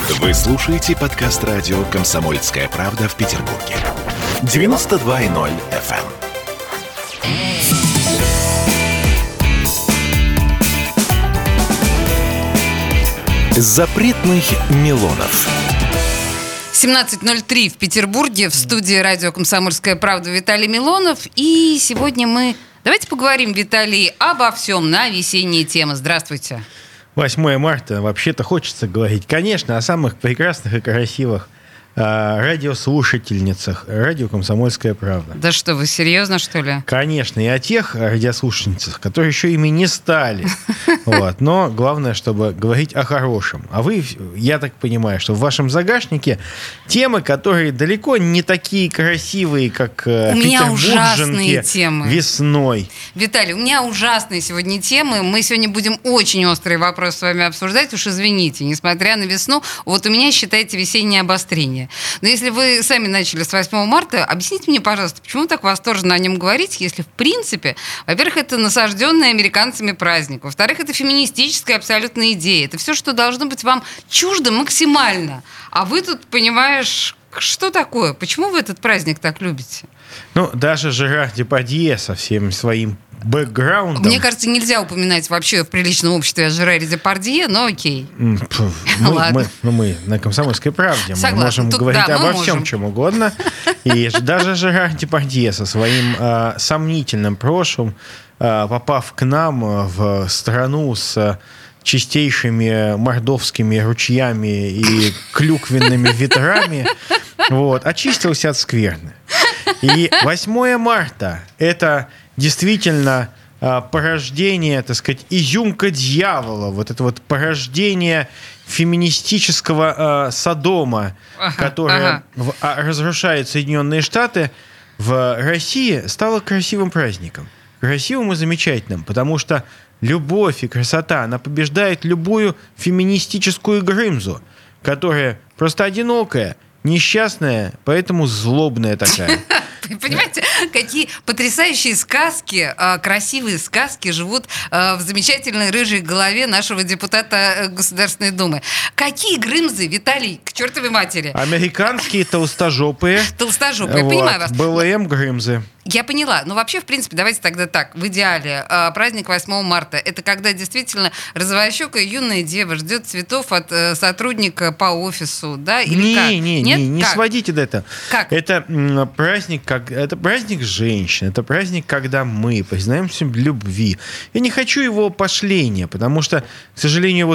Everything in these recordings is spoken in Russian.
Вы слушаете подкаст радио «Комсомольская правда» в Петербурге. 92.0 FM. Запретных Милонов. 17:03 в Петербурге, в студии радио «Комсомольская правда» Виталий Милонов. И сегодня давайте поговорим, Виталий, обо всем на весенние темы. Здравствуйте. 8 марта. Вообще-то хочется говорить, конечно, о самых прекрасных и красивых радиослушательницах радио «Комсомольская правда». Да что, вы серьезно, что ли? Конечно, и о тех радиослушательницах, которые еще ими не стали. Вот. Но главное, чтобы говорить о хорошем. А вы, я так понимаю, что в вашем загашнике темы, которые далеко не такие красивые, как петербурженки весной. Виталий, у меня ужасные сегодня темы. Мы сегодня будем очень острые вопросы с вами обсуждать. Уж извините, несмотря на весну, вот у меня, считайте, весеннее обострение. Но если вы сами начали с 8 марта, объясните мне, пожалуйста, почему так восторженно о нем говорить, если, в принципе, во-первых, это насажденный американцами праздник, во-вторых, это феминистическая абсолютная идея, это все, что должно быть вам чуждо максимально. А вы тут, понимаешь, что такое? Почему вы этот праздник так любите? Ну, даже Жерар Депардье со всем своим бэкграундом. Мне кажется, нельзя упоминать вообще в приличном обществе о Жераре Депардье, но окей. Мы на «Комсомольской правде». Согласна. Мы можем говорить обо всем, чем угодно. И даже Жерар Депардье со своим сомнительным прошлым, попав к нам в страну с чистейшими мордовскими ручьями и клюквенными ветрами, очистился от скверны. И 8 марта – это действительно порождение, так сказать, изюмка дьявола, вот это вот порождение феминистического Содома, которое разрушает Соединенные Штаты, в России стало красивым праздником. Красивым и замечательным, потому что любовь и красота, она побеждает любую феминистическую грымзу, которая просто одинокая, несчастная, поэтому злобная такая. Понимаете, какие потрясающие сказки, красивые сказки живут в замечательной рыжей голове нашего депутата Государственной Думы. Какие грымзы, Виталий, к чертовой матери? Американские толстожопые. Толстожопые, понимаю вас. БЛМ грымзы. Я поняла. Но вообще, в принципе, давайте тогда так. В идеале праздник 8 марта – это когда действительно розовощекая юная дева ждет цветов от сотрудника по офису, да? Или как? Не сводите до этого. Как? Это праздник женщин. Это праздник, когда мы признаемся в любви. Я не хочу его пошления, потому что, к сожалению,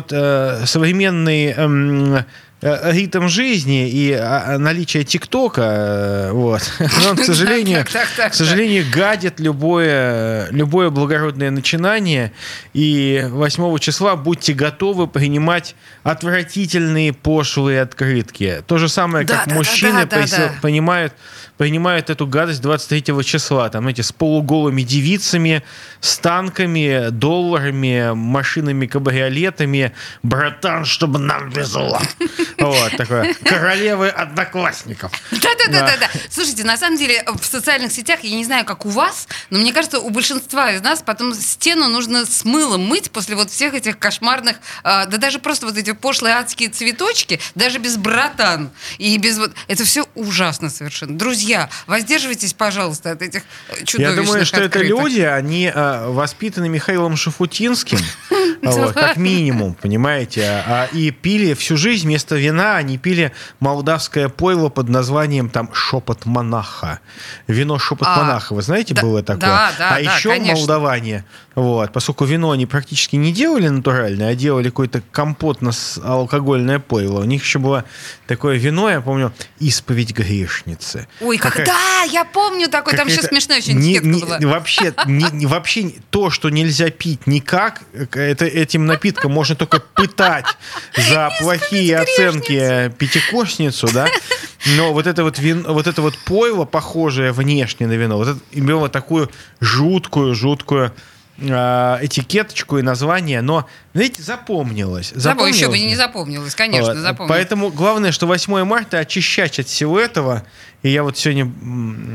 современный ритм жизни и наличие ТикТока, он, к сожалению, гадит любое благородное начинание. И 8 числа будьте готовы принимать отвратительные пошлые открытки. То же самое, как мужчины принимают эту гадость 23 числа. Там, с полуголыми девицами, с танками, долларами, машинами-кабриолетами. Братан, чтобы нам везло. Такое. Королевы одноклассников. Да. Слушайте, на самом деле в социальных сетях, я не знаю, как у вас, но мне кажется, у большинства из нас потом стену нужно с мылом мыть после всех этих кошмарных, да даже просто эти пошлые адские цветочки, даже без братан и без это все ужасно совершенно. Друзья, воздерживайтесь, пожалуйста, от этих чудовищных Я думаю, что открыток. это люди, они воспитаны Михаилом Шафутинским, как минимум, понимаете, и пили всю жизнь вместо вина, они пили молдавское пойло под названием «Шепот монаха». Вино «Шепот монаха», вы знаете, было такое? Да, еще конечно. молдаване, поскольку вино они практически не делали натуральное, а делали какое-то компотно-алкогольное пойло. У них еще было такое вино, я помню, «Исповедь грешницы». Ой, да, я помню такой, там еще смешная очень этикетка была. Вообще то, что нельзя пить никак, этим напитком можно только пытать за плохие оценки пятикурсницу, да? Но вот это пойло, похожее внешне на вино, имело такую жуткую этикеточку и название, но, знаете, запомнилось. Еще бы не запомнилось, конечно, запомнилось. Поэтому главное, что 8 марта очищать от всего этого. И я сегодня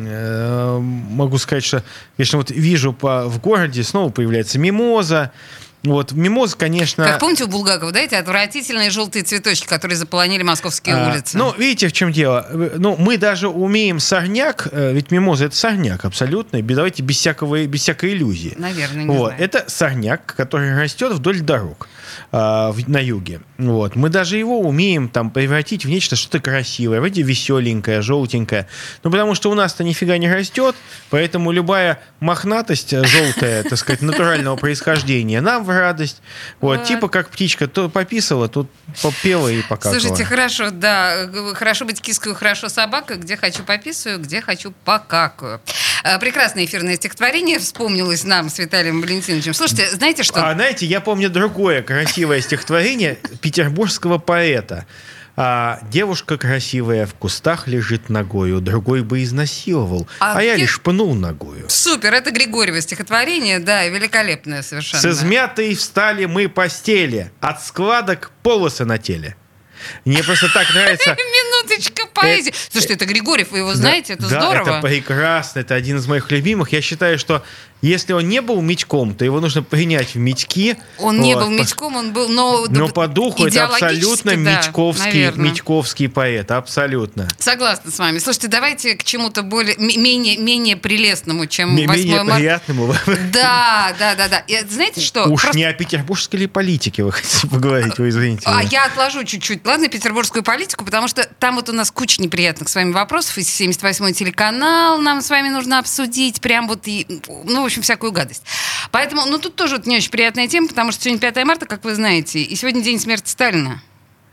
могу сказать, что, конечно, вижу в городе снова появляется мимоза, Вот, мимоза, конечно... Как помните у Булгакова, да, эти отвратительные желтые цветочки, которые заполонили московские улицы? Ну, видите, в чем дело? Ну, мы даже умеем сорняк, ведь мимоза — это сорняк абсолютно, давайте без всякой иллюзии. Наверное, не вот. знаю. Это сорняк, который растет вдоль дорог на юге. Вот. Мы даже его умеем там превратить в нечто что-то красивое, вроде веселенькое, желтенькое. Ну, потому что у нас-то нифига не растет, поэтому любая мохнатость желтая, так сказать, натурального происхождения нам в радость. Вот. Типа как птичка то пописала, тут попела и покакала. Слушайте, хорошо, да. Хорошо быть киской, хорошо собакой. Где хочу пописаю, где хочу покакаю. Прекрасное эфирное стихотворение вспомнилось нам с Виталием Валентиновичем. Слушайте, знаете что? Знаете, я помню другое красивое стихотворение петербургского поэта. Девушка красивая в кустах лежит ногою, другой бы изнасиловал, а я лишь пнул ногою. Супер, это Григорьево стихотворение, да, великолепное совершенно. С измятой встали мы постели, от складок полосы на теле. Мне просто так нравится... Минуточка поэзии. Слушайте, это Григорьев, вы его знаете, это здорово. Да, это прекрасно, это один из моих любимых. Я считаю, что если он не был Митьком, то его нужно принять в Митьки. Он не был Митьком, он был... Но по духу это абсолютно митьковский поэт, абсолютно. Согласна с вами. Слушайте, давайте к чему-то менее прелестному, чем 8 марта. Менее приятному. Да. И знаете что? Уж не о петербургской ли политике вы хотите поговорить, вы извините. Я отложу чуть-чуть, ладно, петербургскую политику, потому что там вот у нас куча неприятных с вами вопросов, и 78-й телеканал нам с вами нужно обсудить, прям вот, в общем, всякую гадость. Поэтому, тут тоже вот не очень приятная тема, потому что сегодня 5 марта, как вы знаете, и сегодня день смерти Сталина.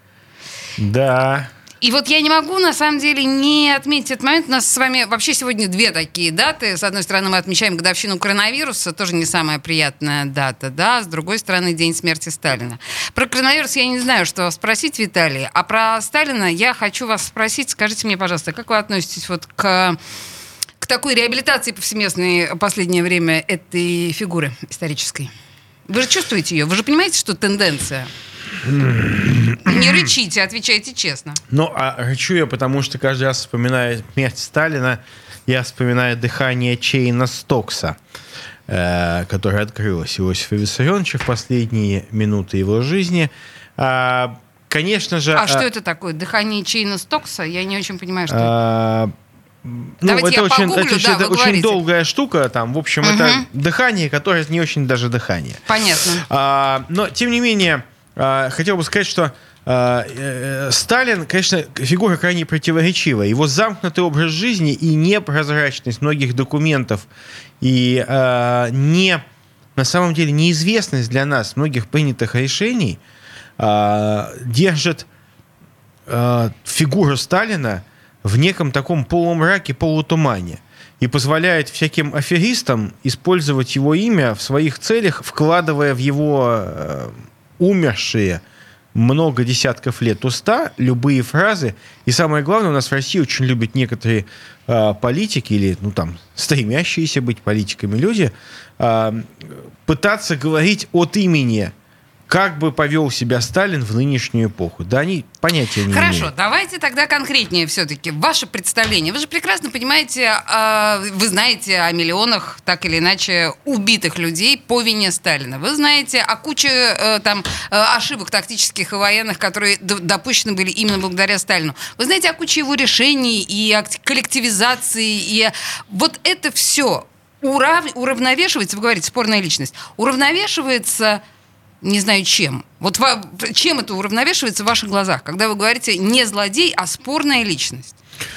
Да. И вот я не могу, на самом деле, не отметить этот момент. У нас с вами вообще сегодня 2 такие даты. С одной стороны, мы отмечаем годовщину коронавируса, тоже не самая приятная дата, да. С другой стороны, день смерти Сталина. Про коронавирус я не знаю, что спросить, Виталий. А про Сталина я хочу вас спросить. Скажите мне, пожалуйста, как вы относитесь вот к такой реабилитации повсеместной в последнее время этой фигуры исторической? Вы же чувствуете ее? Вы же понимаете, что тенденция? Не рычите, отвечайте честно. Рычу я, потому что каждый раз, вспоминая смерть Сталина, я вспоминаю дыхание Чейна Стокса, которое открылось Иосифа Виссарионовича в последние минуты его жизни. Конечно же... что это такое? Дыхание Чейна Стокса? Я не очень понимаю, что это. Это очень долгая штука. Там, в общем, это дыхание, которое не очень даже дыхание. Понятно. Но, тем не менее, хотел бы сказать, что Сталин, конечно, фигура крайне противоречивая. Его замкнутый образ жизни и непрозрачность многих документов, и на самом деле неизвестность для нас многих принятых решений держит фигуру Сталина в неком таком полумраке, полутумане. И позволяет всяким аферистам использовать его имя в своих целях, вкладывая в его умершие много десятков лет уста любые фразы. И самое главное, у нас в России очень любят некоторые политики или стремящиеся быть политиками люди пытаться говорить от имени, как бы повел себя Сталин в нынешнюю эпоху. Да, они понятия не имеют. Хорошо, давайте тогда конкретнее все-таки. Ваше представление. Вы же прекрасно понимаете, вы знаете о миллионах, так или иначе, убитых людей по вине Сталина. Вы знаете о куче ошибок тактических и военных, которые допущены были именно благодаря Сталину. Вы знаете о куче его решений и о коллективизации. И вот это все уравновешивается, вы говорите, спорная личность, уравновешивается... Не знаю чем. Вот чем это уравновешивается в ваших глазах, когда вы говорите не злодей, а спорная личность?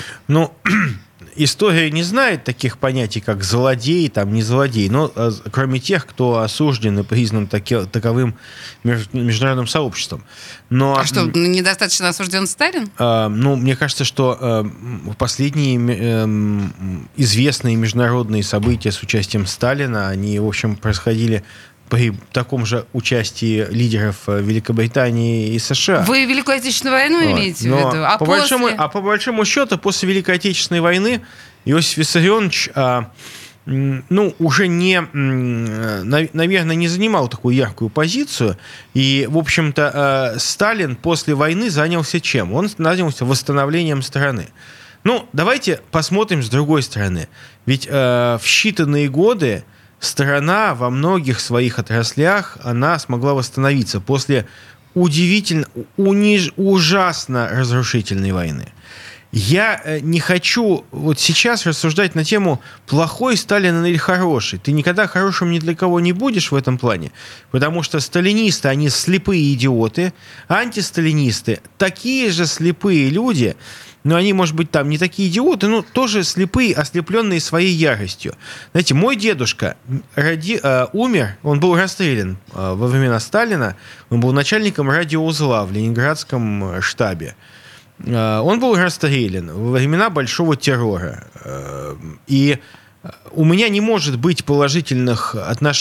История не знает таких понятий, как злодей, не злодей, но кроме тех, кто осужден и признан таковым международным сообществом. А что, недостаточно осужден Сталин? Мне кажется, что последние известные международные события с участием Сталина, они, в общем, происходили при таком же участии лидеров Великобритании и США. Вы Великую Отечественную войну имеете в виду? По большому счету, после Великой Отечественной войны Иосиф Виссарионович уже наверное, не занимал такую яркую позицию. И, в общем-то, Сталин после войны занялся чем? Он занялся восстановлением страны. Давайте посмотрим с другой стороны. Ведь в считанные годы страна во многих своих отраслях, она смогла восстановиться после удивительно, ужасно разрушительной войны. Я не хочу вот сейчас рассуждать на тему, плохой Сталин или хороший. Ты никогда хорошим ни для кого не будешь в этом плане, потому что сталинисты, они слепые идиоты, антисталинисты такие же слепые люди, но они, может быть, там не такие идиоты, но тоже слепые, ослепленные своей яростью. Знаете, мой дедушка умер, он был расстрелян во времена Сталина, он был начальником радиоузла в Ленинградском штабе. Он был расстрелян во времена Большого террора. И у меня не может быть положительных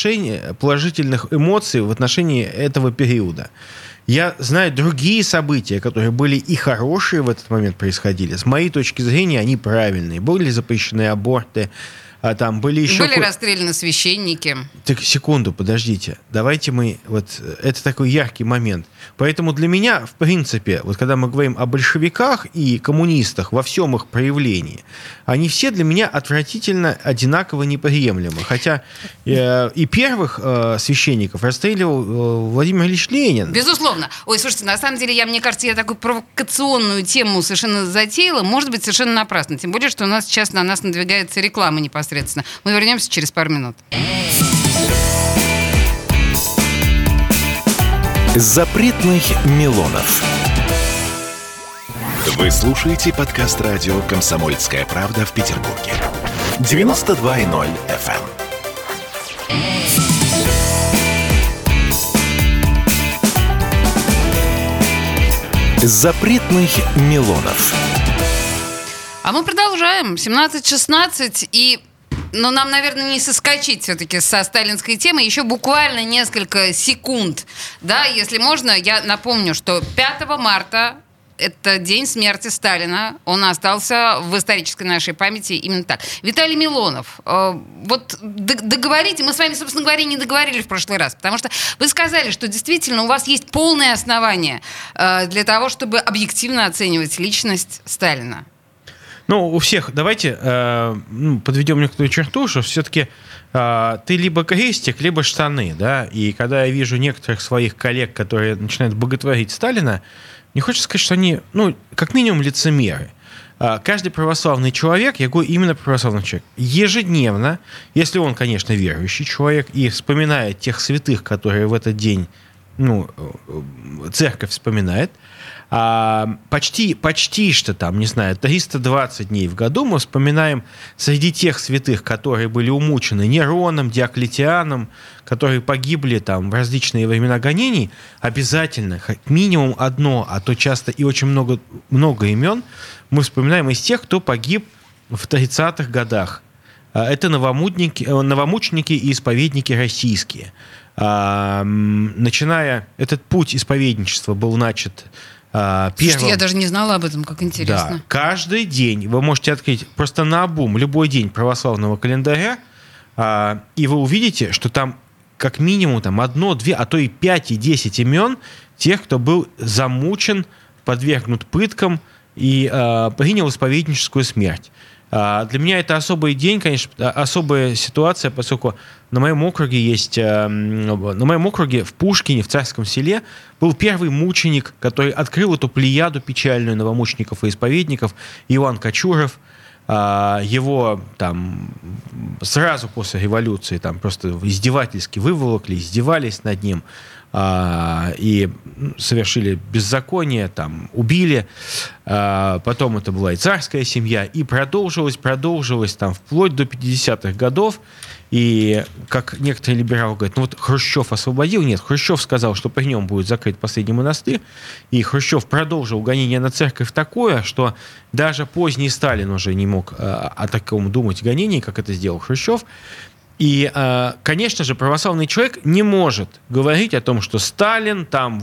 эмоций в отношении этого периода. Я знаю другие события, которые были и хорошие в этот момент происходили. С моей точки зрения, они правильные. Были запрещены аборты, там были еще... Были расстреляны священники. Так, секунду, подождите. Давайте мы... Вот это такой яркий момент. Поэтому для меня, в принципе, вот когда мы говорим о большевиках и коммунистах во всем их проявлении, они все для меня отвратительно одинаково неприемлемы. Хотя и первых священников расстреливал Владимир Ильич Ленин. Безусловно. Ой, слушайте, на самом деле, мне кажется, я такую провокационную тему совершенно затеяла. Может быть, совершенно напрасно. Тем более, что у нас сейчас на нас надвигается реклама непосредственно. Мы вернемся через пару минут. Запретных Милонов. Вы слушаете подкаст радио «Комсомольская правда» в Петербурге. 92.0 FM. Запретных Милонов. А мы продолжаем. 17:16 и... Но нам, наверное, не соскочить все-таки со сталинской темы. Еще буквально несколько секунд. Да, если можно, я напомню, что 5 марта это день смерти Сталина. Он остался в исторической нашей памяти именно так. Виталий Милонов, вот договорите, мы с вами, собственно говоря, не договорили в прошлый раз, потому что вы сказали, что действительно у вас есть полное основание для того, чтобы объективно оценивать личность Сталина. Ну, у всех, давайте подведем некоторую черту, что все-таки ты либо крестик, либо штаны, да, и когда я вижу некоторых своих коллег, которые начинают боготворить Сталина, мне хочется сказать, что они, как минимум, лицемеры. Каждый православный человек, я говорю именно православный человек, ежедневно, если он, конечно, верующий человек, и вспоминает тех святых, которые в этот день, церковь вспоминает, почти что там, не знаю, 320 дней в году мы вспоминаем среди тех святых, которые были умучены Нероном, Диоклетианом, которые погибли там в различные времена гонений, обязательно минимум одно, а то часто и очень много имен мы вспоминаем из тех, кто погиб в 30-х годах. Это новомученики и исповедники российские. Начиная этот путь исповедничества был начат Слушайте, я даже не знала об этом, как интересно. Да, каждый день вы можете открыть просто наобум любой день православного календаря, и вы увидите, что там как минимум одно, две, а то и 5 и 10 имен тех, кто был замучен, подвергнут пыткам и принял исповедническую смерть. Для меня это особый день, конечно, особая ситуация, поскольку на моем округе в Пушкине, в Царском Селе, был первый мученик, который открыл эту плеяду печальную новомучеников и исповедников, Иван Кочуров. Его там сразу после революции там просто издевательски выволокли, издевались над ним и совершили беззаконие, там, убили. Потом это была и царская семья, и продолжилось там вплоть до 50-х годов. И, как некоторые либералы говорят, Хрущев освободил. Нет, Хрущев сказал, что при нем будет закрыт последний монастырь. И Хрущев продолжил гонение на церковь такое, что даже поздний Сталин уже не мог о таком думать гонении, как это сделал Хрущев. И, конечно же, православный человек не может говорить о том, что Сталин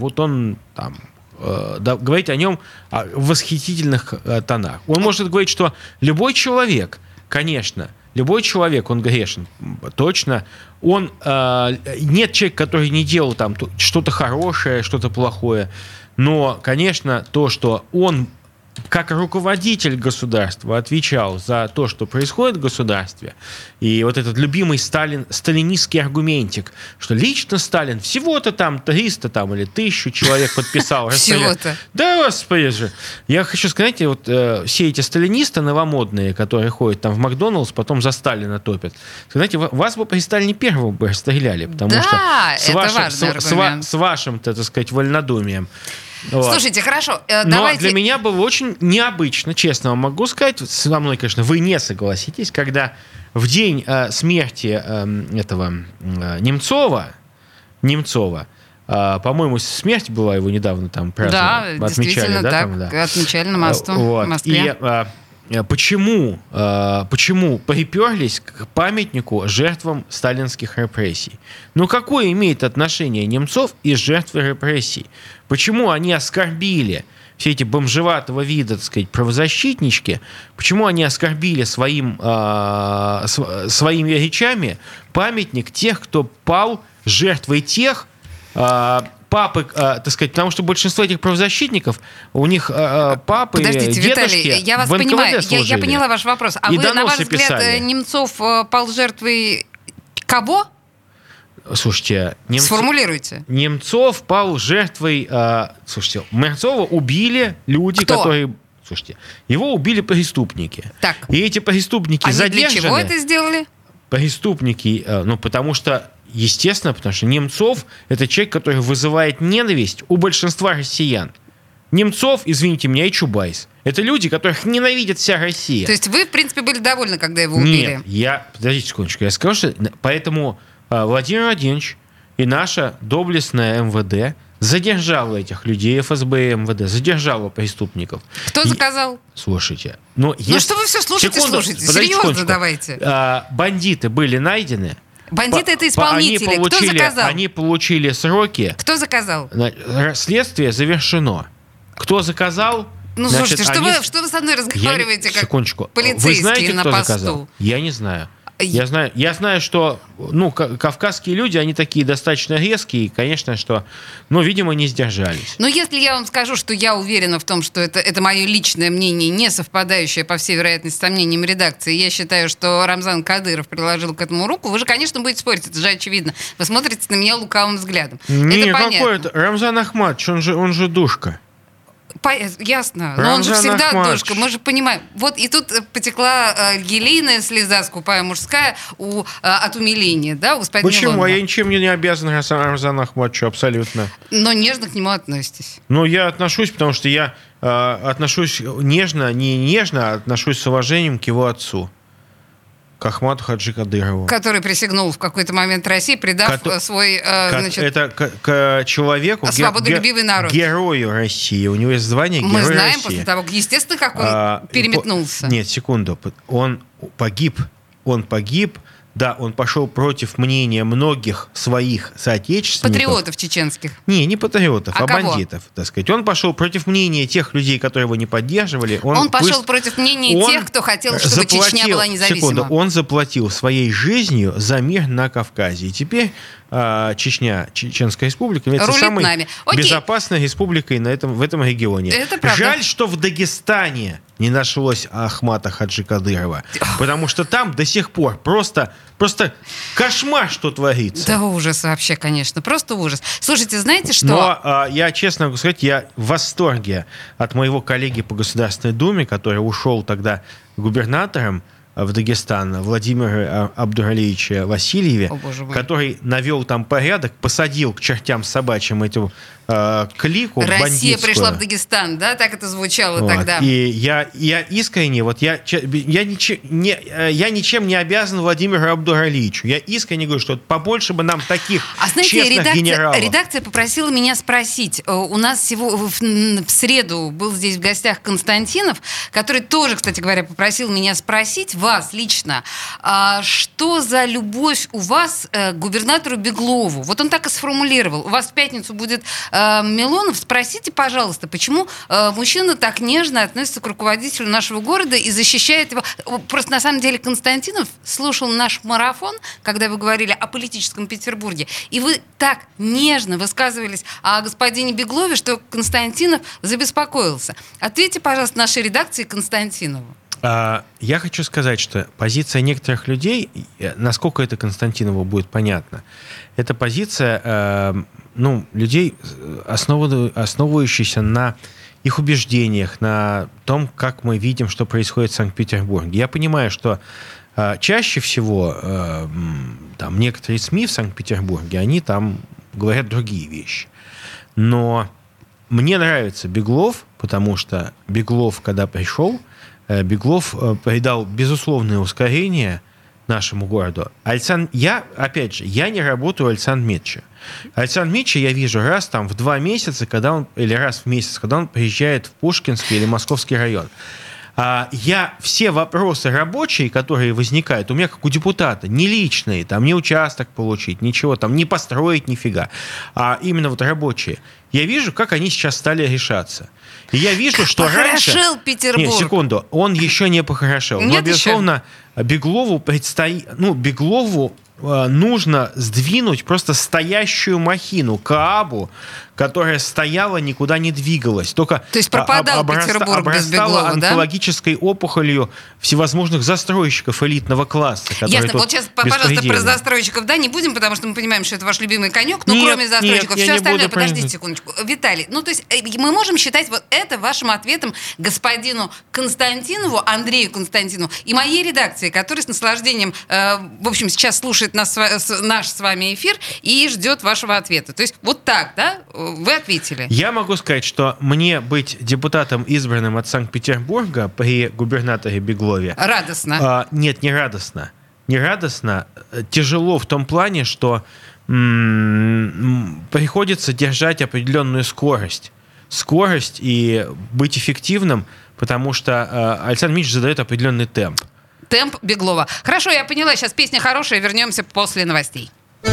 говорить о нем в восхитительных тонах. Он может говорить, что любой человек, конечно, он грешен, точно. Нет человека, который не делал там что-то хорошее, что-то плохое. Но, конечно, то, что он как руководитель государства отвечал за то, что происходит в государстве, и вот этот любимый сталинистский аргументик, что лично Сталин всего-то там 300 там, или 1000 человек подписал. Всего-то. Да, господи же. Я хочу сказать, вот все эти сталинисты новомодные, которые ходят там в Макдоналдс, потом за Сталина топят. Знаете, вас бы при Сталине первого бы расстреляли, потому что с вашим, так сказать, вольнодумием. Вот. Слушайте, хорошо, Но для меня было очень необычно, честно вам могу сказать, со мной, конечно, вы не согласитесь, когда в день смерти этого Немцова, по-моему, смерть была его недавно там праздновали, да, отмечали, да, так, там, да, отмечали на мосту в Москве. И почему приперлись к памятнику жертвам сталинских репрессий? Ну, какое имеет отношение Немцов и жертвы репрессий? Почему они оскорбили все эти бомжеватого вида, так сказать, правозащитнички? Почему они оскорбили своими речами памятник тех, кто пал жертвой тех, папы, так сказать, потому что большинство этих правозащитников, у них папы, подождите, дедушки Виталий, я вас в НКВД понимаю, служили. я поняла ваш вопрос. А и вы, на ваш взгляд, писали. Немцов пал жертвой кого? Слушайте, сформулируйте. Немцов пал жертвой... слушайте, Морцова убили люди, Кто? которые... Слушайте, его убили преступники. Так. И эти преступники Они задержаны. для чего это сделали? Преступники, потому что, естественно, потому что Немцов – это человек, который вызывает ненависть у большинства россиян. Немцов, извините меня, и Чубайс. Это люди, которых ненавидит вся Россия. То есть вы, в принципе, были довольны, когда его убили? Нет, подождите секундочку, я скажу, что поэтому Владимир Владимирович и наша доблестная МВД задержала этих людей, ФСБ и МВД, задержала преступников. Кто заказал? Слушайте. Ну что вы все слушаете? Серьезно давайте. Бандиты были найдены. Бандиты это исполнители. Кто заказал? Они получили сроки. Кто заказал? Следствие завершено. Кто заказал? Ну, слушайте, что вы со мной разговариваете, как полицейские вы знаете, на кто посту? Заказал? Я не знаю. Я знаю, что кавказские люди, они такие достаточно резкие, и, конечно, что, видимо, не сдержались. Но если я вам скажу, что я уверена в том, что это мое личное мнение, не совпадающее, по всей вероятности, с мнением редакции, я считаю, что Рамзан Кадыров приложил к этому руку, вы же, конечно, будете спорить, это же очевидно. Вы смотрите на меня лукавым взглядом. Не, какой это? Рамзан Ахматович, он же душка. Ясно, но он же всегда душка, мы же понимаем. Вот и тут потекла елейная слеза, скупая мужская, от умиления, да, у господина Почему? Ломова. Я ничем не обязан Рамзану Ахматовичу, абсолютно. Но нежно к нему относитесь. Я отношусь, потому что я отношусь нежно, не нежно, а отношусь с уважением к его отцу. К Ахмату Хаджи Кадырову. Который присягнул в какой-то момент России, предав свой... это к человеку, свободолюбивый народ. Герою России. У него есть звание Герой России. Мы знаем после того, естественно, как он переметнулся. Нет, секунду. Он погиб. Да, он пошел против мнения многих своих соотечественников. Патриотов чеченских. Не патриотов, а кого? бандитов, так сказать. Он пошел против мнения тех людей, которые его не поддерживали. Он пошел против мнения тех, кто хотел, чтобы Чечня была независима. Секунду, он заплатил своей жизнью за мир на Кавказе. И теперь Чеченская республика является самой безопасной республикой в этом регионе. Это правда. Жаль, что в Дагестане не нашлось Ахмата Хаджи Кадырова. Потому что там до сих пор просто кошмар, что творится. Да ужас вообще, конечно. Просто ужас. Слушайте, знаете что? Но я, честно могу сказать, я в восторге от моего коллеги по Государственной Думе, который ушел тогда губернатором в Дагестан, Владимира Абдуралиевича Васильеве, который навел там порядок, посадил к чертям собачьим эту клику Россия бандитскую. Пришла в Дагестан, да? Так это звучало тогда. И я искренне, я ничем не обязан Владимиру Абдуралиевичу. Я искренне говорю, что побольше бы нам таких честных генералов. Редакция попросила меня спросить. У нас в среду был здесь в гостях Константинов, который тоже, кстати говоря, попросил меня спросить, вас лично, что за любовь у вас к губернатору Беглову? Вот он так и сформулировал. У вас в пятницу будет Милонов, спросите, пожалуйста, почему мужчина так нежно относится к руководителю нашего города и защищает его. Просто на самом деле Константинов слушал наш марафон, когда вы говорили о политическом Петербурге, и вы так нежно высказывались о господине Беглове, что Константинов забеспокоился. Ответьте, пожалуйста, нашей редакции Константинову. Я хочу сказать, что позиция некоторых людей, насколько это Константинову будет понятно, это позиция людей, основывающаяся на их убеждениях, на том, как мы видим, что происходит в Санкт-Петербурге. Я понимаю, что чаще всего там некоторые СМИ в Санкт-Петербурге, они там говорят другие вещи. Но мне нравится Беглов, потому что Беглов, когда пришел, Беглов придал безусловное ускорение нашему городу. Я не работаю у Александра Дмитриевича. Александра Дмитриевича я вижу раз в 2 месяца, или раз в месяц, когда он приезжает в Пушкинский или Московский район. Я все вопросы рабочие, которые возникают, у меня как у депутата, не личные, там не участок получить, ничего, там не построить нифига, а именно рабочие. Я вижу, как они сейчас стали решаться. И я вижу, что раньше... Похорошел Петербург. Нет, секунду, он еще не похорошел. Нет, но, безусловно, Беглову нужно сдвинуть просто стоящую махину, Каабу, которая стояла, никуда не двигалась. Только то есть пропадал Петербург без Беглова, да? онкологической опухолью всевозможных застройщиков элитного класса. Ясно. Вот сейчас, пожалуйста, про застройщиков, не будем, потому что мы понимаем, что это ваш любимый конек, но кроме застройщиков, все остальное, подождите секундочку. Виталий, то есть мы можем считать вот это вашим ответом господину Константинову, Андрею Константинову и моей редакции, который с наслаждением, в общем, сейчас слушает наш с вами эфир и ждет вашего ответа. То есть вот так, да? Вы ответили. Я могу сказать, что мне быть депутатом, избранным от Санкт-Петербурга при губернаторе Беглове... Радостно. Нет, не радостно. Не радостно. Тяжело в том плане, что приходится держать определенную скорость. Скорость и быть эффективным, потому что Александр Дмитриевич задает определенный темп. Темп Беглова. Хорошо, я поняла. Сейчас песня хорошая. Вернемся после новостей.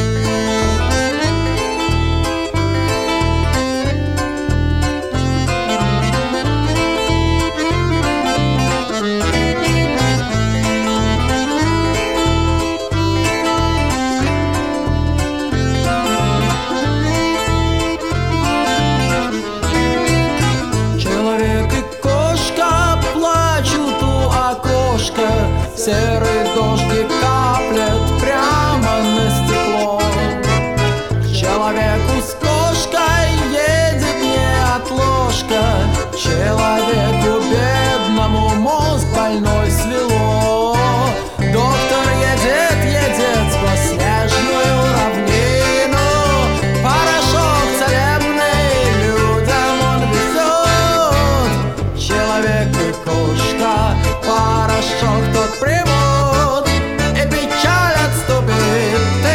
Серый дождик каплет прямо на стекло. К человеку с кошкой едет неотложка. Человеку бедному мозг больной свело. Доктор едет по снежную равнину. Порошок целебный людям он везет. Человек и кошка, порошок тот примут, и печаль отступит, и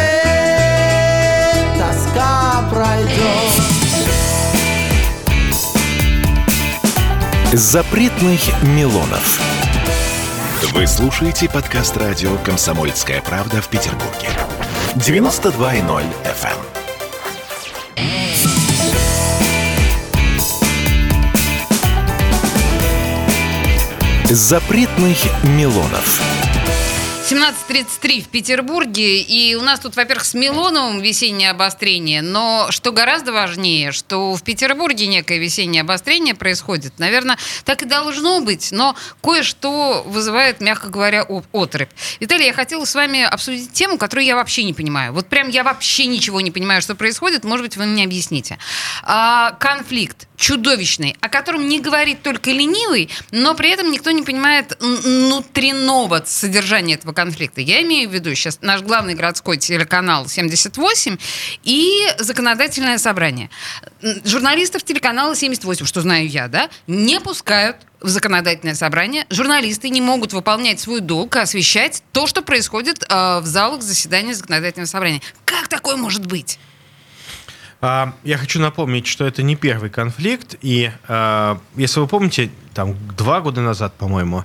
тоска пройдет. Запретных Милонов. Вы слушаете подкаст радио «Комсомольская правда» в Петербурге. 92.0 FM. Запретных Милонов. 17:33 в Петербурге, и у нас тут, во-первых, с Милоновым весеннее обострение, но что гораздо важнее, что в Петербурге некое весеннее обострение происходит. Наверное, так и должно быть, но кое-что вызывает, мягко говоря, отрыбь. Виталий, я хотела с вами обсудить тему, которую я вообще не понимаю. Вот прям я вообще ничего не понимаю, что происходит, может быть, вы мне объясните. Конфликт чудовищный, о котором не говорит только ленивый, но при этом никто не понимает внутреннего содержания этого конфликта. Я имею в виду сейчас наш главный городской телеканал 78 и законодательное собрание. Журналистов телеканала 78, что знаю я, да, не пускают в законодательное собрание. Журналисты не могут выполнять свой долг, освещать то, что происходит в залах заседания законодательного собрания. Как такое может быть? Я хочу напомнить, что это не первый конфликт, и если вы помните, 2 года назад, по-моему,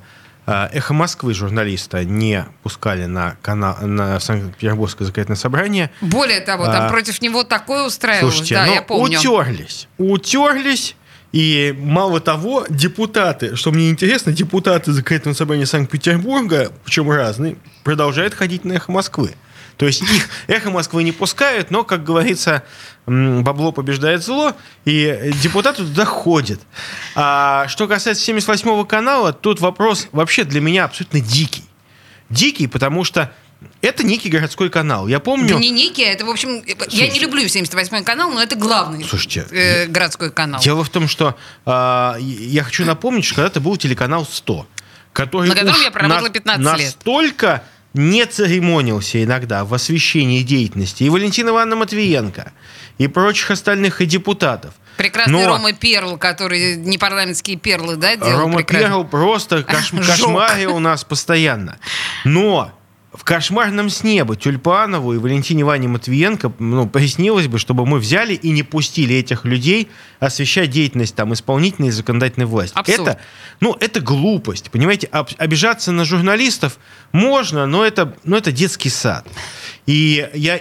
«Эхо Москвы» журналиста не пускали на Санкт-Петербургское законодательное собрание. Более того, там против него такое устраивалось. Слушайте, да, я помню. Утерлись. И мало того, депутаты, что мне интересно, депутаты законодательного собрания Санкт-Петербурга, причем разные, продолжают ходить на «Эхо Москвы». То есть их «Эхо Москвы» не пускают, но, как говорится, бабло побеждает зло, и депутаты туда ходят. А что касается 78-го канала, тут вопрос вообще для меня абсолютно дикий. Дикий, потому что это некий городской канал. Я помню... Да не некий, это, в общем... Я не люблю 78-й канал, но это главный городской канал. Дело в том, что я хочу напомнить, что когда-то был телеканал 100, который на котором я проработала 15 лет. Настолько не церемонился иногда в освещении деятельности и Валентина Ивановна Матвиенко, и прочих остальных и депутатов. Прекрасный Рома Перл, который непарламентские перлы, да, делал? Рома Перл просто кошмарил у нас постоянно. Но в кошмарном сне бы Тюльпанову и Валентине Ивановне Матвиенко приснилось бы, чтобы мы взяли и не пустили этих людей освещать деятельность там исполнительной и законодательной власти. Абсурд. Это глупость. Понимаете, обижаться на журналистов можно, но это детский сад. И я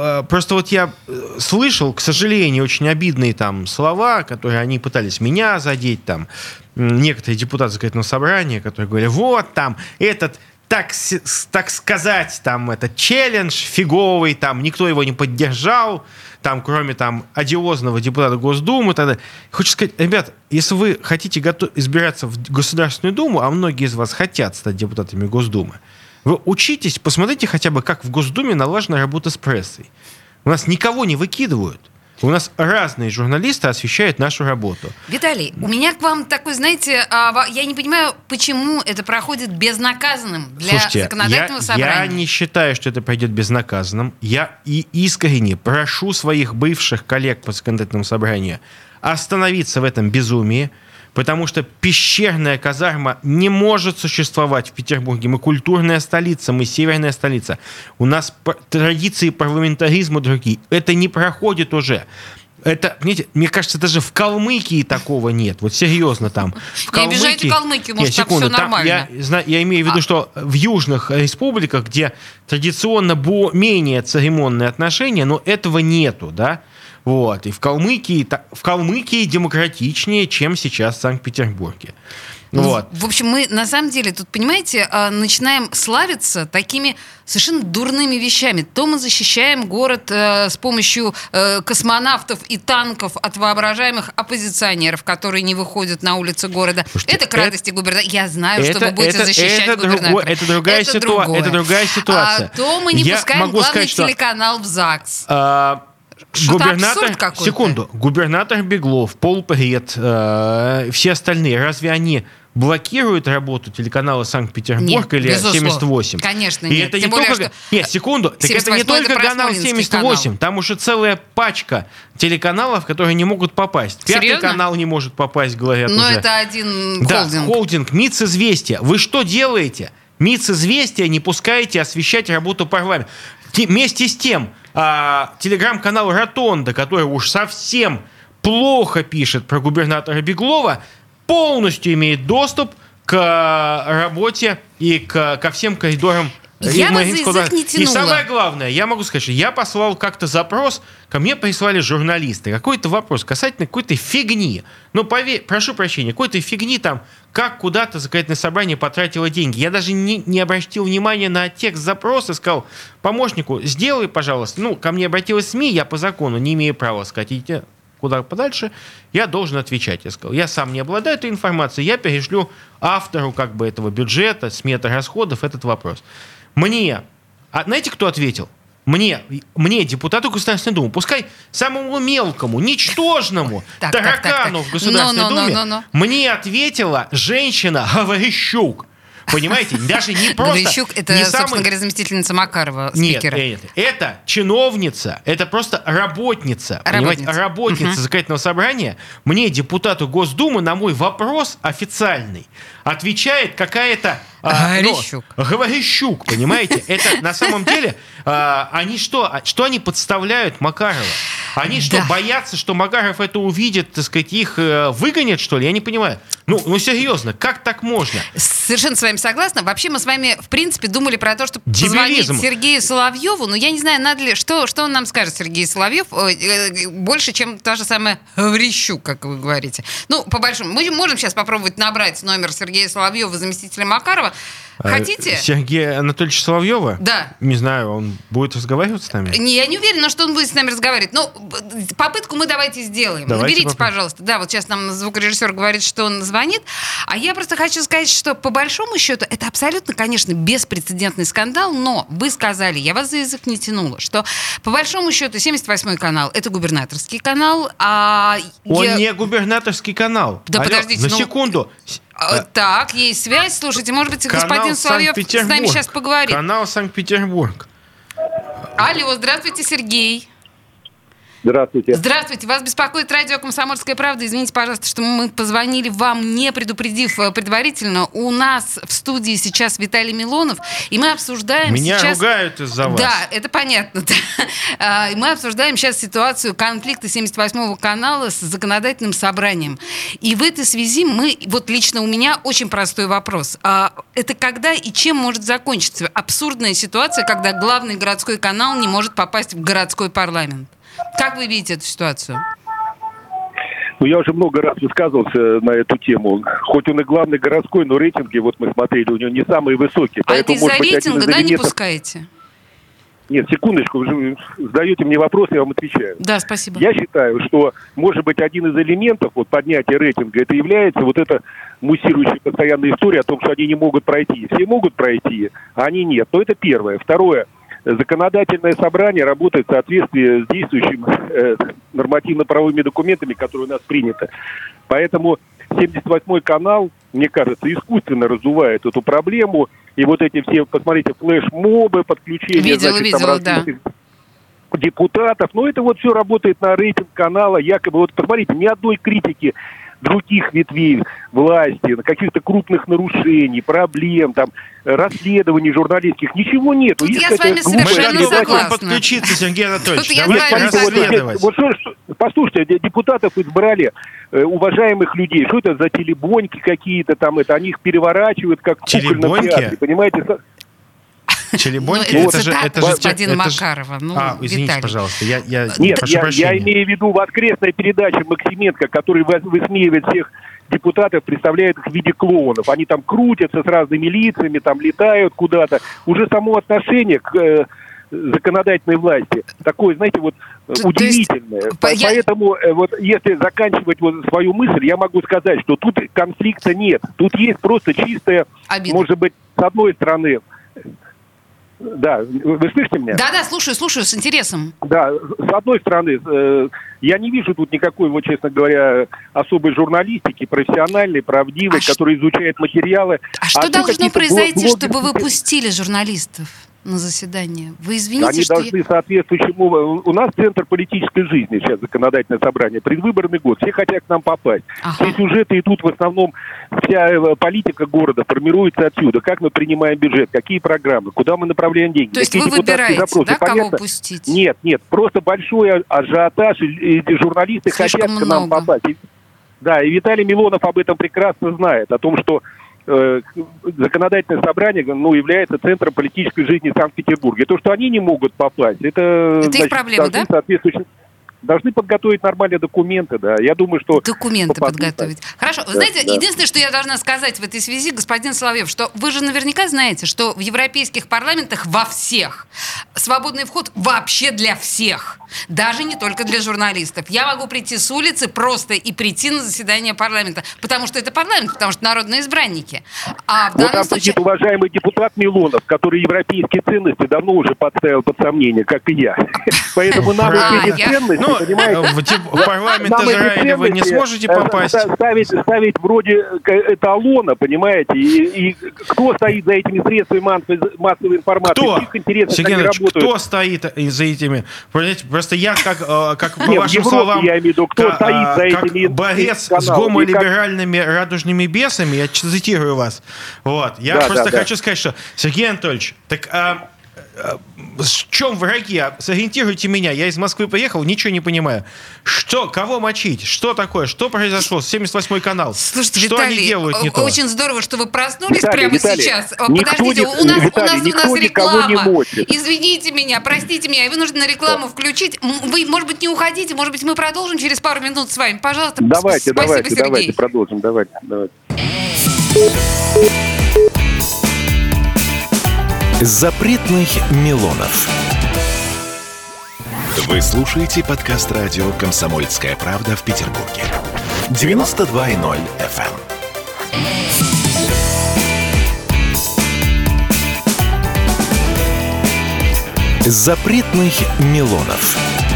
слышал, к сожалению, очень обидные там слова, которые они пытались меня задеть, там некоторые депутаты законодательного собрания, которые говорили, вот там этот... Так сказать, там этот челлендж фиговый, там никто его не поддержал, там кроме там одиозного депутата Госдумы. Тогда. Хочу сказать, ребят, если вы хотите избираться в Государственную Думу, а многие из вас хотят стать депутатами Госдумы, вы учитесь, посмотрите хотя бы, как в Госдуме налажена работа с прессой. У нас никого не выкидывают. У нас разные журналисты освещают нашу работу. Виталий, у меня к вам такой, знаете, я не понимаю, почему это проходит безнаказанным для законодательного собрания. Я не считаю, что это пройдет безнаказанным. Я искренне прошу своих бывших коллег по законодательному собранию остановиться в этом безумии, потому что пещерная казарма не может существовать в Петербурге. Мы культурная столица, мы северная столица. У нас традиции парламентаризма другие. Это не проходит уже. Это, понимаете, мне кажется, даже в Калмыкии такого нет. Вот серьезно там. Не обижайте Калмыкию, может, там все нормально. Я имею в виду, что в южных республиках, где традиционно менее церемонные отношения, но этого нету, да? Вот. И в Калмыкии демократичнее, чем сейчас в Санкт-Петербурге. Вот. В общем, мы на самом деле тут, понимаете, начинаем славиться такими совершенно дурными вещами. То мы защищаем город с помощью космонавтов и танков от воображаемых оппозиционеров, которые не выходят на улицы города. Слушайте, это к радости губернатора. Я знаю, что вы будете защищать губернатора. Это другая ситуация. То мы не пускаем главный телеканал в ЗАГС. Губернатор Беглов, полпред, все остальные, разве они блокируют работу телеканала Санкт-Петербург или безусловно. 78? Конечно, и это не только... Нет, секунду. Так это не только канал 78. Канал. Там уже целая пачка телеканалов, которые не могут попасть. Серьезно? 5-й канал не может попасть, говорят уже. Но это один холдинг. Да, холдинг. МИЦ «Известия». Вы что делаете? МИЦ «Известия» не пускаете освещать работу парламента. Вместе с тем, телеграм-канал «Ротонда», который уж совсем плохо пишет про губернатора Беглова, полностью имеет доступ к работе и ко всем коридорам. Я бы за язык не тянула. И самое главное, я могу сказать, что я послал как-то запрос, ко мне прислали журналисты, какой-то вопрос касательно какой-то фигни. Ну, прошу прощения, какой-то фигни там, как куда-то законодательное собрание потратило деньги. Я даже не обратил внимания на текст запроса, сказал помощнику, сделай, пожалуйста. Ну, ко мне обратилась СМИ, я по закону не имею права сказать, идите куда подальше, я должен отвечать. Я сказал, я сам не обладаю этой информацией, я перешлю автору как бы этого бюджета, сметы расходов этот вопрос. Мне, знаете, кто ответил? Мне, депутату Государственной Думы, пускай самому мелкому, ничтожному таракану в Государственной Думе, мне ответила женщина Гаврищук. Понимаете, даже не просто... Гаврищук — это, собственно говоря, заместительница Макарова, спикера. Нет, это чиновница, это просто работница. Понимаете, работница законодательного собрания. Мне, депутату Госдумы, на мой вопрос официальный отвечает какая-то Говорищук. Говорищук, понимаете? Это на самом деле, они что они подставляют Макарова? Они что, боятся, что Макаров это увидит, так сказать, их выгонят, что ли? Я не понимаю. Ну, серьезно, как так можно? Совершенно с вами согласна. Вообще мы с вами, в принципе, думали про то, чтобы позвонить Сергею Соловьеву, но я не знаю, надо ли... Что он нам скажет, Сергей Соловьев, больше, чем та же самая Гаврищук, как вы говорите. Ну, по большому... Мы можем сейчас попробовать набрать номер Сергея Соловьева, заместителя Макарова. Хотите? Сергея Анатольевича Соловьева? Да. Не знаю, он будет разговаривать с нами? Я не уверена, что он будет с нами разговаривать. Но попытку мы давайте сделаем. Наберите, пожалуйста. Да, вот сейчас нам звукорежиссер говорит, что он звонит. А я просто хочу сказать, что по большому счету это абсолютно, конечно, беспрецедентный скандал, но вы сказали, я вас за язык не тянула, что по большому счету 78-й канал — это губернаторский канал. Он не губернаторский канал. Да, подождите. На секунду. Так, есть связь. Слушайте, может быть, господин Соловьев с нами сейчас поговорит. Канал Санкт-Петербург. Алло, здравствуйте, Сергей. Здравствуйте. Здравствуйте. Вас беспокоит радио «Комсомольская правда». Извините, пожалуйста, что мы позвонили вам, не предупредив предварительно. У нас в студии сейчас Виталий Милонов, и мы обсуждаем Меня ругают из-за вас. Да, это понятно. И мы обсуждаем сейчас ситуацию конфликта 78-го канала с законодательным собранием. И в этой связи вот лично у меня очень простой вопрос. Это когда и чем может закончиться абсурдная ситуация, когда главный городской канал не может попасть в городской парламент? Как вы видите эту ситуацию? Я уже много раз высказывался на эту тему. Хоть он и главный городской, но рейтинги, вот мы смотрели, у него не самые высокие. А это из-за рейтинга, да, не пускаете? Нет, секундочку, вы задаете мне вопрос, я вам отвечаю. Да, спасибо. Я считаю, что, может быть, один из элементов поднятия рейтинга, это является вот эта муссирующая постоянная история о том, что они не могут пройти. Все могут пройти, а они нет. Но это первое. Второе. Законодательное собрание работает в соответствии с действующими нормативно-правовыми документами, которые у нас приняты. Поэтому 78-й канал, мне кажется, искусственно раздувает эту проблему. И вот эти все, посмотрите, флешмобы, подключения различных депутатов. Но это вот все работает на рейтинг канала. Якобы, вот посмотрите, ни одной критики других ветвей власти, каких-то крупных нарушений, проблем, там, расследований журналистских, ничего нет. Тут я с вами совершенно согласна. Подключиться, Сергей Анатольевич. Послушайте, депутатов избрали уважаемых людей. Что это за телебоньки какие-то там, они их переворачивают, как в кукольном театре, понимаете? Челебоньки? Это же господин Макарова. Извините, пожалуйста. Я имею в виду воскресная передача Максименко, который высмеивает всех депутатов, представляет их в виде клоунов. Они там крутятся с разными лицами, там летают куда-то. Уже само отношение к законодательной власти такое, знаете, вот удивительное. Поэтому вот если заканчивать вот свою мысль, я могу сказать, что тут конфликта нет. Тут есть просто чистая, может быть, с одной стороны... Да, вы слышите меня? Да, слушаю, с интересом. Да, с одной стороны, я не вижу тут никакой, вот, честно говоря, особой журналистики, профессиональной, правдивой, которая изучает материалы. А что должно произойти, чтобы вы пустили журналистов на заседание? Вы извините, они должны соответствующему... У нас центр политической жизни сейчас, законодательное собрание, предвыборный год, все хотят к нам попасть. Все сюжеты идут в основном, вся политика города формируется отсюда. Как мы принимаем бюджет, какие программы, куда мы направляем деньги. То есть вы выбираете, да, кого пустить? Нет, просто большой ажиотаж, и журналисты хотят к нам попасть. Да, и Виталий Милонов об этом прекрасно знает, о том, что законодательное собрание является центром политической жизни Санкт-Петербурга. И то, что они не могут попасть, это их проблема, да? Должны подготовить нормальные документы, да. Я думаю, что... Документы подготовить. Хорошо. Вы знаете, единственное, что я должна сказать в этой связи, господин Соловьев, что вы же наверняка знаете, что в европейских парламентах во всех свободный вход вообще для всех. Даже не только для журналистов. Я могу прийти с улицы просто и прийти на заседание парламента. Потому что это парламент, потому что народные избранники. А в данном случае... сидит уважаемый депутат Милонов, который европейские ценности давно уже подставил под сомнение, как и я. Поэтому нам эти ценности... в парламент Израиля вы не сможете попасть? Ставить вроде эталона, понимаете, и кто стоит за этими средствами массовой информации? Кто? Сергей Иванович, кто стоит за этими? Просто я, как по вашим словам, я имею в виду, кто стоит за этими борец с гомолиберальными радужными бесами, я цитирую вас. Вот. Я просто хочу сказать, что, Сергей Анатольевич, так в чем враги? Сориентируйте меня. Я из Москвы приехал, ничего не понимаю. Кого мочить? Что такое? Что произошло? 78-й канал. Слушайте, что Виталий, они делают не то? Очень здорово, что вы проснулись Виталий, прямо сейчас. Подождите, у нас реклама. Извините меня, простите меня, я вынуждена рекламу включить. Вы, может быть, не уходите, может быть, мы продолжим через пару минут с вами. Пожалуйста, давайте, спасибо, Сергей. Давайте продолжим. Давайте. Запретных Милонов. Вы слушаете подкаст радио «Комсомольская правда» в Петербурге. 92.0 FM. Запретных Милонов.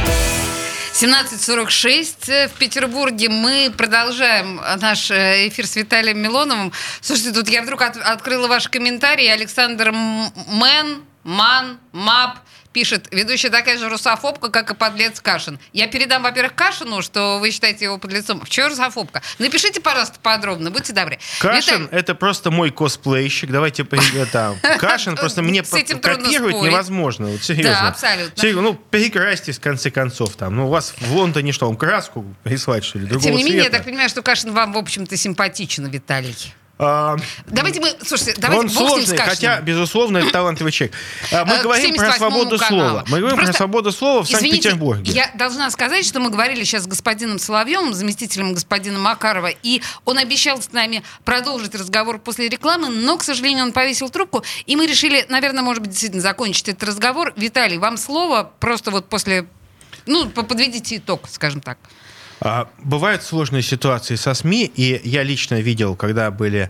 17:46 в Петербурге. Мы продолжаем наш эфир с Виталием Милоновым. Слушайте, тут я вдруг открыла ваши комментарии. Александр Мап пишет: ведущая такая же русофобка, как и подлец Кашин. Я передам, во-первых, Кашину, что вы считаете его подлецом. В чё русофобка? Напишите, пожалуйста, подробно, будьте добры. Кашин — это просто мой косплейщик. Давайте Кашин просто мне копировать невозможно. Вот, серьезно. Да, абсолютно. Ну, перекрасьтесь, в конце концов. Там. Ну, у вас в Лондоне что, вам краску прислать, что ли, другого цвета? Тем не менее, я цвета? так понимаю, что Кашин вам, в общем-то, симпатичен, Виталий. Давайте мы, слушайте, давайте он сложный, хотя, безусловно, это талантливый человек. Мы говорим про свободу слова. Мы говорим про свободу слова в Санкт-Петербурге. Я должна сказать, что мы говорили сейчас с господином Соловьевым, заместителем господина Макарова, и он обещал с нами продолжить разговор после рекламы, но, к сожалению, он повесил трубку, и мы решили, наверное, может быть, действительно закончить этот разговор. Виталий, вам слово просто вот после, подведите итог, скажем так. Бывают сложные ситуации со СМИ, и я лично видел, когда были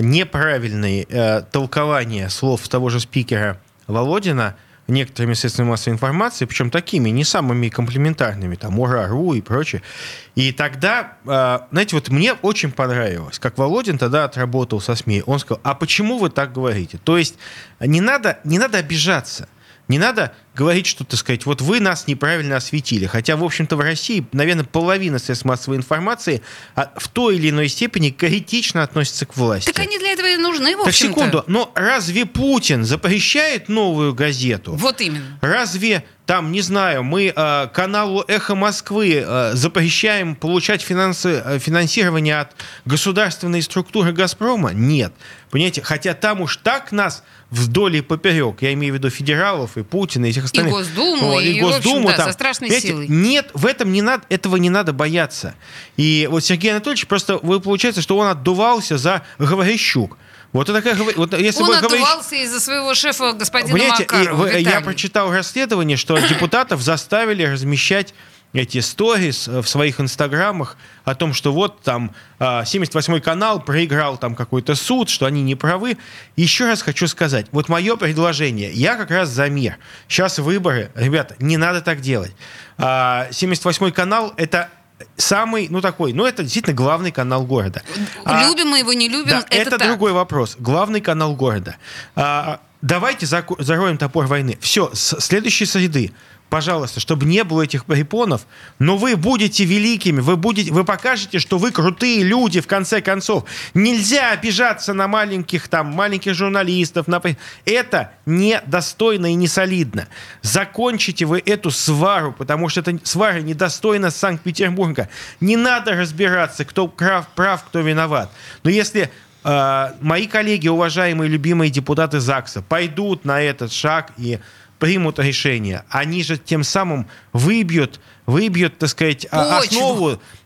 неправильные толкования слов того же спикера Володина некоторыми средствами массовой информации, причем такими, не самыми комплиментарными, там, «Ура.ру» и прочее. И тогда, знаете, вот мне очень понравилось, как Володин тогда отработал со СМИ. Он сказал: а почему вы так говорите? То есть не надо обижаться. Не надо говорить, что, так сказать, вот вы нас неправильно осветили. Хотя, в общем-то, в России, наверное, половина средств массовой информации в той или иной степени критично относится к власти. Так они для этого и нужны, в общем-то. Так, секунду, но разве Путин запрещает Новую газету? Вот именно. Разве там, не знаю, мы каналу «Эхо Москвы» запрещаем получать финансирование от государственной структуры «Газпрома»? Нет. Понимаете, хотя там уж так нас вдоль и поперек, я имею в виду федералов и Путина, и всех остальных. И Госдуму, и Госдуму, да, со страшной силой. Нет, в этом этого не надо бояться. И вот Сергей Анатольевич, просто получается, что он отдувался за Говорищук. Вот такая, вот, если он отдувался из-за своего шефа господина Макарова. Я прочитал расследование, что депутатов заставили размещать эти сторис в своих инстаграмах о том, что вот там 78-й канал проиграл там какой-то суд, что они не правы. Еще раз хочу сказать, вот мое предложение, я как раз за мир. Сейчас выборы, ребята, не надо так делать. 78-й канал — это самый, это действительно главный канал города. Любим мы его, не любим, да, это другой вопрос. Главный канал города. Давайте зароем топор войны. Все, с следующей среды, пожалуйста, чтобы не было этих препонов, но вы будете великими, вы покажете, что вы крутые люди, в конце концов. Нельзя обижаться на маленьких журналистов. Это недостойно и не солидно. Закончите вы эту свару, потому что эта свара недостойна Санкт-Петербурга. Не надо разбираться, кто прав, кто виноват. Но если мои коллеги, уважаемые, любимые депутаты ЗАГСа, пойдут на этот шаг и примут решение, они же тем самым выбьют, так сказать, основу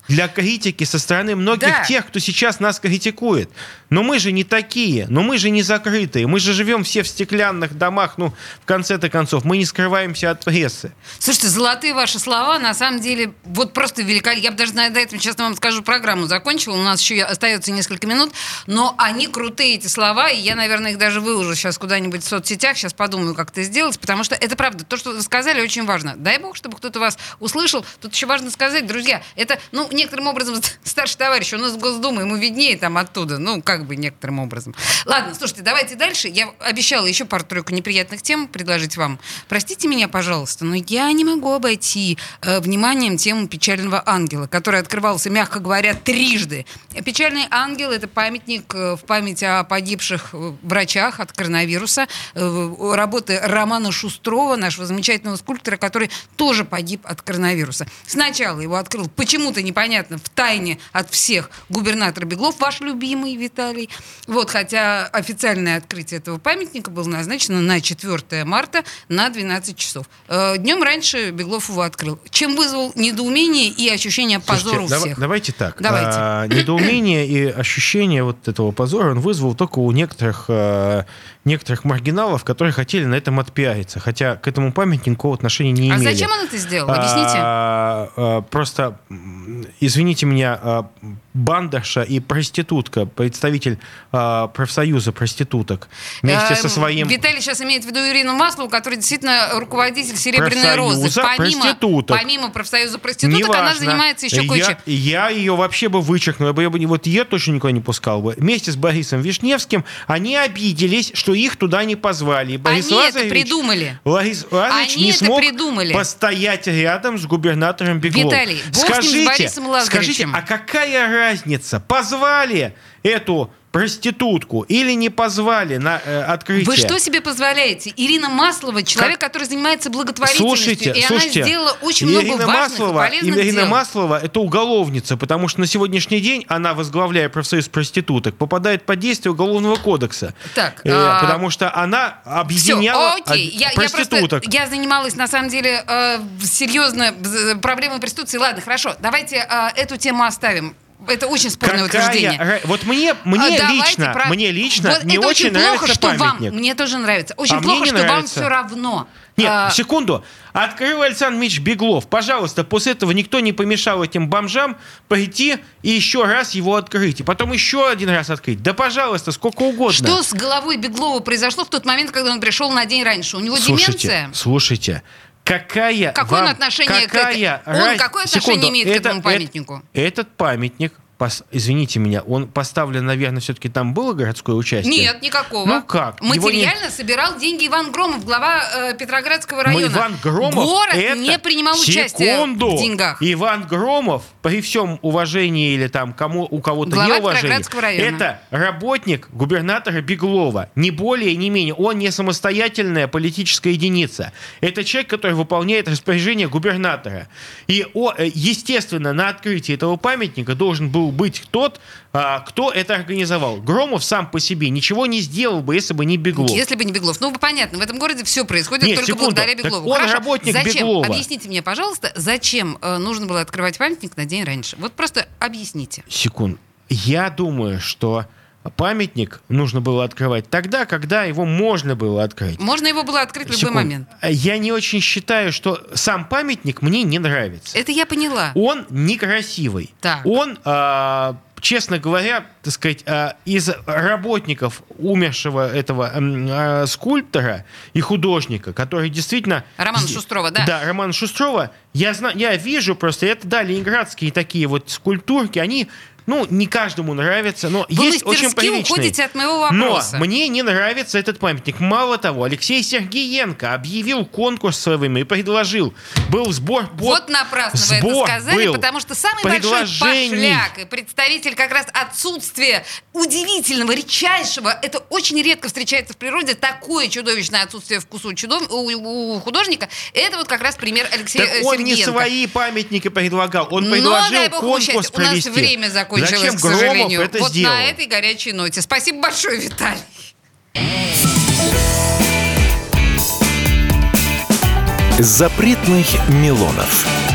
для критики со стороны многих тех, кто сейчас нас критикует. Но мы же не такие, но мы же не закрытые, мы же живем все в стеклянных домах, в конце-то концов, мы не скрываемся от прессы. Слушайте, золотые ваши слова, на самом деле, вот просто великолепно. Я бы даже на этом, честно вам скажу, программу закончила, у нас еще остается несколько минут, но они крутые, эти слова, и я, наверное, их даже выложу сейчас куда-нибудь в соцсетях, сейчас подумаю, как это сделать, потому что это правда, то, что вы сказали, очень важно. Дай бог, чтобы кто-то вас услышал. Тут еще важно сказать, друзья, это, некоторым образом старший товарищ, у нас в Госдуме, ему виднее там оттуда, некоторым образом. Ладно, слушайте, давайте дальше. Я обещала еще пару-тройку неприятных тем предложить вам. Простите меня, пожалуйста, но я не могу обойти вниманием тему «Печального ангела», который открывался, мягко говоря, трижды. «Печальный ангел» — это памятник в память о погибших врачах от коронавируса, работы Романа Шустрова, нашего замечательного скульптора, который тоже погиб от коронавируса. Сначала его открыл почему-то непонятно в тайне от всех губернатор Беглов, ваш любимый Виталий. Хотя официальное открытие этого памятника было назначено на 4 марта на 12 часов. Днем раньше Беглов его открыл. Чем вызвал недоумение и ощущение позора у всех. Давайте так. Недоумение и ощущение вот этого позора он вызвал только у некоторых маргиналов, которые хотели на этом отпиариться. Хотя к этому памятнику никакого отношения не имели. А зачем он это сделал? Объясните. Просто, извините меня, бандерша и проститутка, представитель профсоюза проституток, вместе со своим... Виталий сейчас имеет в виду Ирину Маслову, которая действительно руководитель «Серебряной розы». Помимо профсоюза проституток, она занимается еще кое-чем. Я ее вообще бы вычеркнул. Вот ее точно никуда не пускал бы. Вместе с Борисом Вишневским они обиделись, что их туда не позвали. Борис это придумали. Борис Лазаревич не смог постоять рядом с губернатором Бегловым. Виталий, бог с Борисом Лазаревичем. Скажите, а какая разница? Позвали эту проститутку или не позвали на открытие? Вы что себе позволяете? Ирина Маслова, человек, который занимается благотворительностью, она сделала очень много важных и полезных дел. Ирина Маслова — это уголовница, потому что на сегодняшний день она, возглавляя профсоюз проституток, попадает под действие Уголовного кодекса. Потому что она объединяла проституток. Я занималась, на самом деле, серьезно проблемой проституции. Ладно, хорошо, давайте эту тему оставим. Это очень спорное утверждение. Вот мне лично не очень нравится памятник. Мне тоже нравится. Очень плохо, что вам все равно. Нет, секунду. Открыл Александр Ильич Беглов. Пожалуйста, после этого никто не помешал этим бомжам пойти и еще раз его открыть. И потом еще один раз открыть. Да, пожалуйста, сколько угодно. Что с головой Беглова произошло в тот момент, когда он пришел на день раньше? У него деменция? Слушайте. Какое отношение имеет к этому памятнику? Этот памятник, извините меня, он поставлен, наверное, все-таки там было городское участие? Нет, никакого. Ну как? Материально собирал деньги Иван Громов, глава Петроградского района. Иван Громов Город не принимал участие в деньгах. Иван Громов, при всем уважении или там у кого-то неуважении, это работник губернатора Беглова. Не более, не менее. Он не самостоятельная политическая единица. Это человек, который выполняет распоряжение губернатора. И, естественно, на открытии этого памятника должен был быть тот, кто это организовал. Громов сам по себе ничего не сделал бы, если бы не Беглов. Если бы не Беглов. Понятно, в этом городе все происходит только благодаря Беглову. Он работник Беглова. Объясните мне, пожалуйста, зачем нужно было открывать памятник на день раньше? Вот просто объясните. Секунду. Я думаю, что памятник нужно было открывать тогда, когда его можно было открыть. Можно его было открыть в любой момент. Я не очень считаю, что сам памятник мне не нравится. Это я поняла. Он некрасивый. Так. Он, честно говоря, так сказать, из работников умершего этого скульптора и художника, который действительно... Романа Шустрова, да? Да, Романа Шустрова. Я вижу просто, это, ленинградские такие вот скульптурки, они... не каждому нравится, но вы есть очень приличные. Вы уходите от моего вопроса. Но мне не нравится этот памятник. Мало того, Алексей Сергеенко объявил конкурс своим и предложил. Был сбор... Вот напрасно вы это сказали, потому что самый большой пошляк и представитель как раз отсутствия удивительного, редчайшего, это очень редко встречается в природе, такое чудовищное отсутствие вкуса у художника, это вот как раз пример Алексея Сергеенко. Он не свои памятники предлагал, он предложил конкурс провести. У нас время закончилось. Зачем к сожалению. Громов это сделал? На этой горячей ноте. Спасибо большое, Виталий. Запретных Милонов.